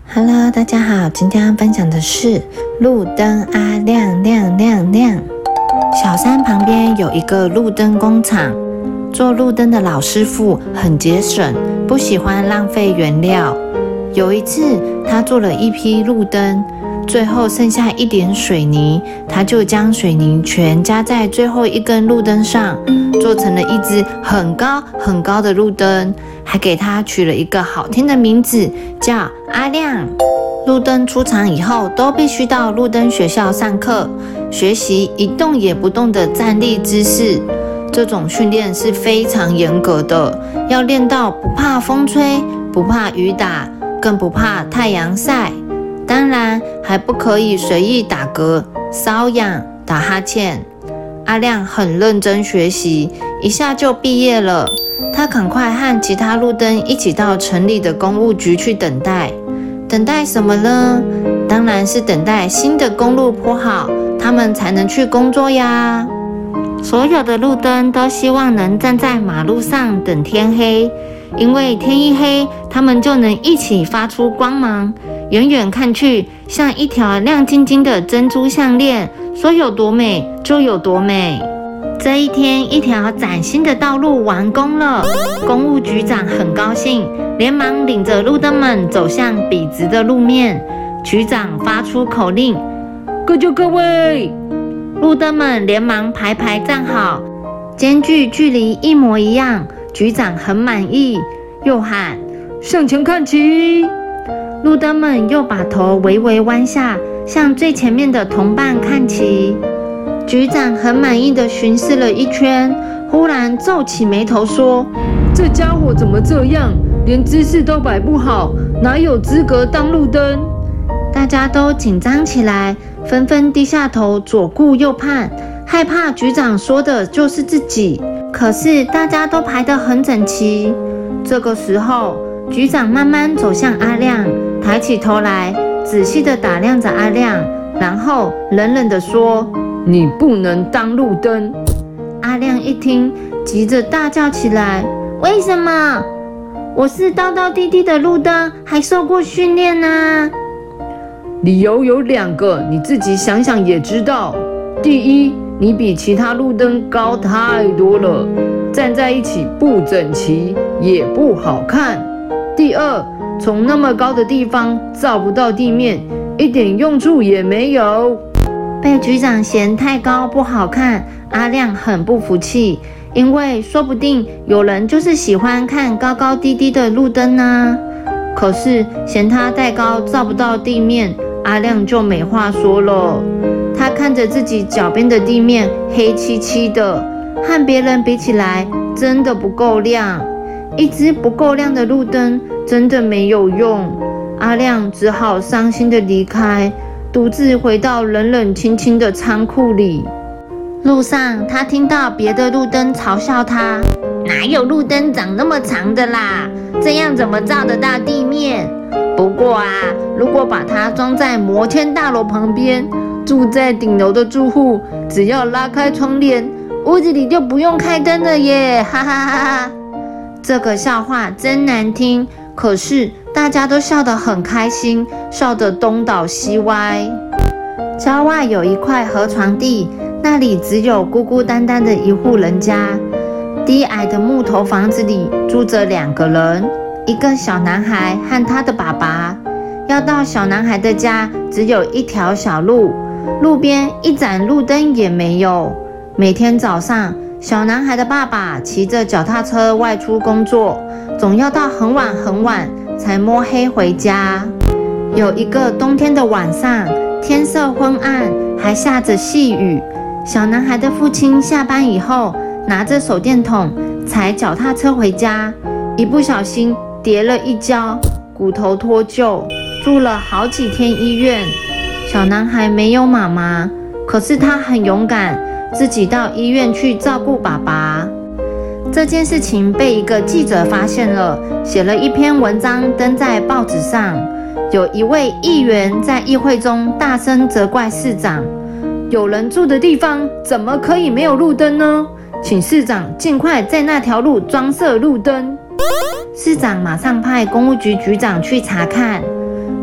Hello， 大家好，今天要分享的是路灯啊亮亮亮亮。小山旁边有一个路灯工厂，做路灯的老师傅很节省，不喜欢浪费原料。有一次，他做了一批路灯，最后剩下一点水泥，他就将水泥全加在最后一根路灯上，做成了一只很高很高的路灯，还给它取了一个好听的名字，叫阿亮。路灯出厂以后，都必须到路灯学校上课，学习一动也不动的站立姿势。这种训练是非常严格的，要练到不怕风吹，不怕雨打，更不怕太阳晒。当然，还不可以随意打嗝、瘙痒、打哈欠。阿亮很认真学习，一下就毕业了。他赶快和其他路灯一起到城里的公务局去等待。等待什么呢？当然是等待新的公路铺好，他们才能去工作呀。所有的路灯都希望能站在马路上等天黑，因为天一黑，他们就能一起发出光芒。远远看去，像一条亮晶晶的珍珠项链，说有多美就有多美。这一天，一条崭新的道路完工了，公务局长很高兴，连忙领着路灯们走向笔直的路面。局长发出口令：各就各位！路灯们连忙排排站好，间距距离一模一样。局长很满意，又喊：向前看齐！路灯们又把头微微弯下，向最前面的同伴看齐。局长很满意地巡视了一圈，忽然皱起眉头说：这家伙怎么这样，连姿势都摆不好，哪有资格当路灯？大家都紧张起来，纷纷低下头，左顾右盼，害怕局长说的就是自己。可是大家都排得很整齐。这个时候，局长慢慢走向阿亮，抬起头来，仔细地打量着阿亮，然后冷冷地说：你不能当路灯。阿亮一听，急着大叫起来：为什么？我是道道地地的路灯，还受过训练啊。理由有2个，你自己想想也知道。第一，你比其他路灯高太多了，站在一起不整齐，也不好看。第二，从那么高的地方照不到地面，一点用处也没有。被局长嫌太高不好看，阿亮很不服气，因为说不定有人就是喜欢看高高低低的路灯啊。可是嫌它太高照不到地面，阿亮就没话说了。他看着自己脚边的地面黑漆漆的，和别人比起来真的不够亮。一只不够亮的路灯真的没有用，阿亮只好伤心地离开，独自回到冷冷清清的仓库里。路上，他听到别的路灯嘲笑他：哪有路灯长那么长的啦？这样怎么照得到地面？不过啊，如果把它装在摩天大楼旁边，住在顶楼的住户只要拉开窗帘，屋子里就不用开灯了耶！哈哈哈哈！这个笑话真难听，可是大家都笑得很开心，笑得东倒西歪。郊外有一块河床地，那里只有孤孤单单的一户人家。低矮的木头房子里住着2个人，一个小男孩和他的爸爸。要到小男孩的家，只有一条小路，路边一盏路灯也没有。每天早上，小男孩的爸爸骑着脚踏车外出工作，总要到很晚很晚才摸黑回家。有一个冬天的晚上，天色昏暗，还下着细雨。小男孩的父亲下班以后，拿着手电筒踩脚踏车回家，一不小心跌了一跤，骨头脱臼，住了好几天医院。小男孩没有妈妈，可是他很勇敢，自己到医院去照顾爸爸。这件事情被一个记者发现了，写了一篇文章登在报纸上。有一位议员在议会中大声责怪市长：有人住的地方怎么可以没有路灯呢？请市长尽快在那条路装设路灯。市长马上派公务局局长去查看。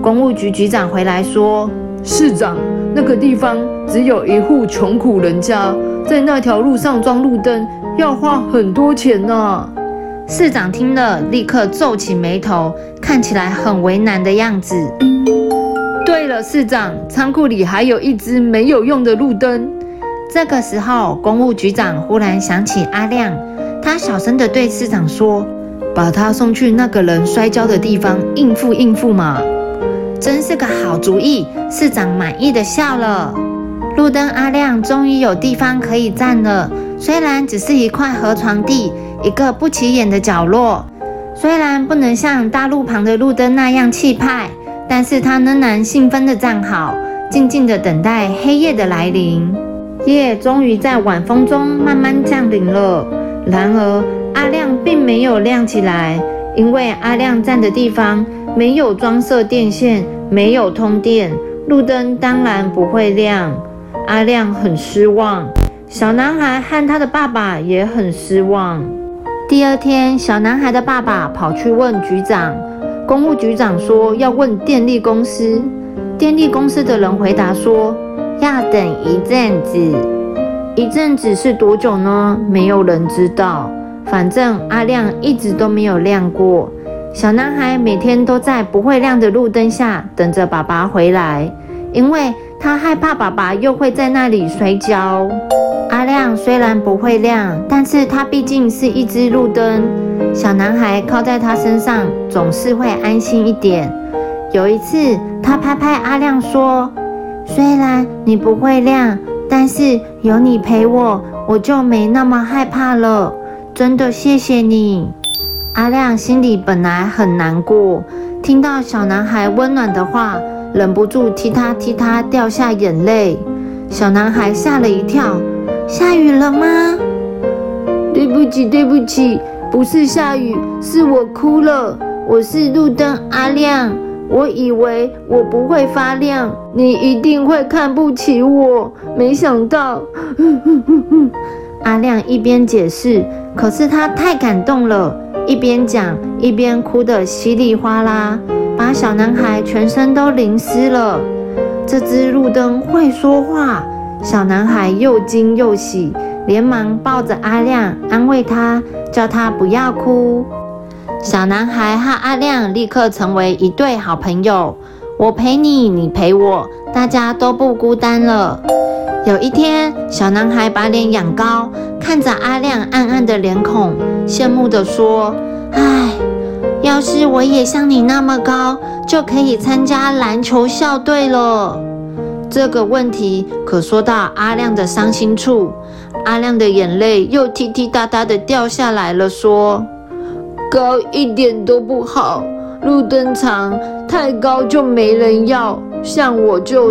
公务局局长回来说： 市长，那个地方只有一户穷苦人家，在那条路上装路灯要花很多钱呢。 市长听了，立刻皱起眉头，看起来很为难的样子。 对了，市长，仓库里还有一只没有用的路灯。 这个时候，公务局长忽然想起阿亮，他小声地对市长说： 把他送去那个人摔跤的地方应付应付嘛。 真是个好主意，市长满意的笑了。路灯阿亮终于有地方可以站了，虽然只是一块河床地，一个不起眼的角落，虽然不能像大路旁的路灯那样气派，但是他仍然兴奋地站好，静静地等待黑夜的来临。夜终于在晚风中慢慢降临了，然而阿亮并没有亮起来，因为阿亮站的地方没有装设电线，没有通电，路灯当然不会亮。阿亮很失望，小男孩和他的爸爸也很失望。第二天，小男孩的爸爸跑去问局长，公务局长说要问电力公司。电力公司的人回答说，要等一阵子。一阵子是多久呢？没有人知道。反正阿亮一直都没有亮过。小男孩每天都在不会亮的路灯下等着爸爸回来，因为他害怕爸爸又会在那里摔跤。阿亮虽然不会亮，但是他毕竟是一只路灯，小男孩靠在他身上总是会安心一点。有一次，他拍拍阿亮说：虽然你不会亮，但是有你陪我，我就没那么害怕了。真的谢谢你。阿亮心里本来很难过，听到小男孩温暖的话，忍不住踢他踢他掉下眼泪。小男孩吓了一跳，下雨了吗？ 对不起对不起，不是下雨，是我哭了。我是路灯阿亮，我以为我不会发亮，你一定会看不起我，没想到。 阿亮一边解释，可是他太感动了，一边讲一边哭得稀里哗啦，把小男孩全身都淋湿了。这只路灯会说话，小男孩又惊又喜，连忙抱着阿亮安慰他，叫他不要哭。小男孩和阿亮立刻成为一对好朋友，我陪你，你陪我，大家都不孤单了。有一天，小男孩把脸仰高，看着阿亮暗暗的脸孔，羡慕地说：唉，要是我也像你那么高，就可以参加篮球校队了。这个问题可说到阿亮的伤心处，阿亮的眼泪又滴滴答答的掉下来了，说： 高一点都不好，路灯长，太高就没人要，像我就是。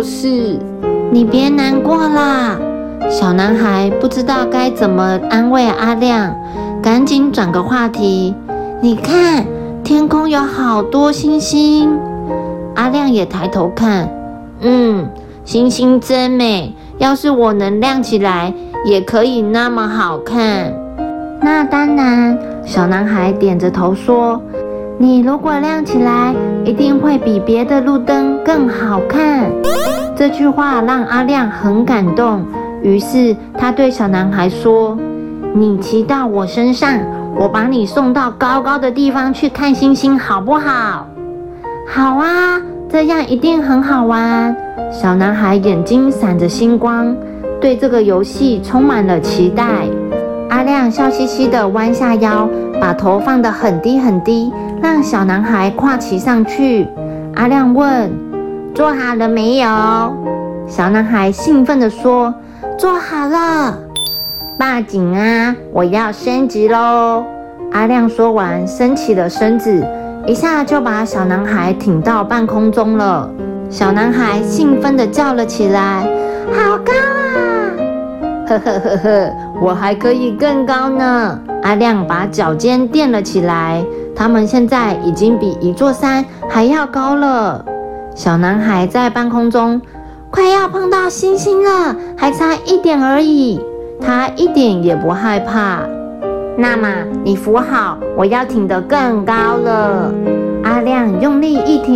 你别难过啦。小男孩不知道该怎么安慰阿亮，赶紧转个话题。你看，天空有好多星星。阿亮也抬头看，星星真美，要是我能亮起来，也可以那么好看。那当然，小男孩点着头说，你如果亮起来，一定会比别的路灯更好看。这句话让阿亮很感动，于是他对小男孩说：你骑到我身上，我把你送到高高的地方去看星星，好不好？好啊，这样一定很好玩。小男孩眼睛闪着星光，对这个游戏充满了期待。阿亮笑嘻嘻地弯下腰，把头放得很低很低，让小男孩跨骑上去。阿亮问：做好了没有？小男孩兴奋地说：做好了。报警啊，我要升级咯。阿亮说完，伸起了身子，一下就把小男孩挺到半空中了。小男孩兴奋地叫了起来：好高啊！ 呵呵呵呵，我还可以更高呢。 阿亮把脚尖垫了起来，他们现在已经比一座山还要高了。小男孩在半空中，快要碰到星星了，还差一点而已。他一点也不害怕。那么你扶好，我要挺得更高了。阿亮用力一挺，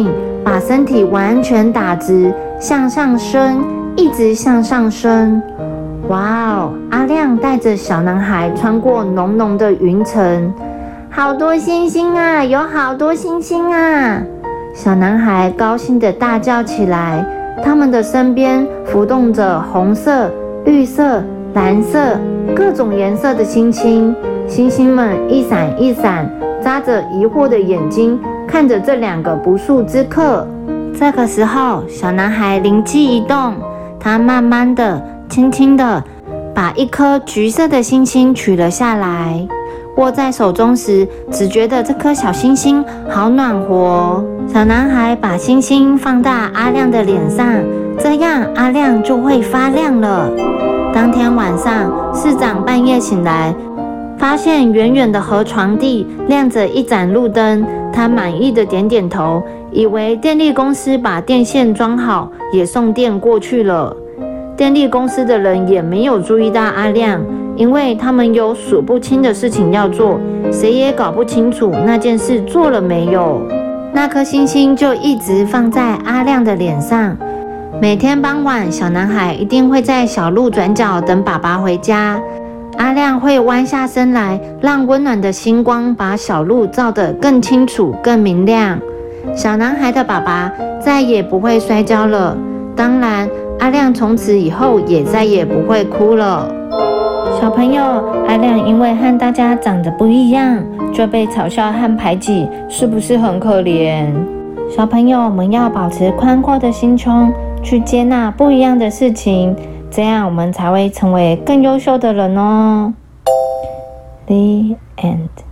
把身体完全打直，向上升，一直向上升。哇哦！阿亮带着小男孩穿过浓浓的云层，好多星星啊，有好多星星啊！小男孩高兴地大叫起来。他们的身边浮动着红色、绿色、蓝色各种颜色的星星，星星们一闪一闪，眨着疑惑的眼睛看着这两个不速之客。这个时候，小男孩灵机一动，他慢慢的、轻轻的把一颗橘色的星星取了下来。握在手中时，只觉得这颗小星星好暖和哦。小男孩把星星放大阿亮的脸上，这样阿亮就会发亮了。当天晚上，市长半夜醒来，发现远远的河床地亮着一盏路灯，他满意的点点头，以为电力公司把电线装好，也送电过去了。电力公司的人也没有注意到阿亮，因为他们有数不清的事情要做，谁也搞不清楚那件事做了没有。那颗星星就一直放在阿亮的脸上。每天傍晚，小男孩一定会在小路转角等爸爸回家。阿亮会弯下身来，让温暖的星光把小路照得更清楚、更明亮。小男孩的爸爸再也不会摔跤了，当然，阿亮从此以后也再也不会哭了。小朋友，阿亮因为和大家长得不一样，就被嘲笑和排挤，是不是很可怜？小朋友，我们要保持宽阔的心胸，去接纳不一样的事情，这样我们才会成为更优秀的人哦。The end.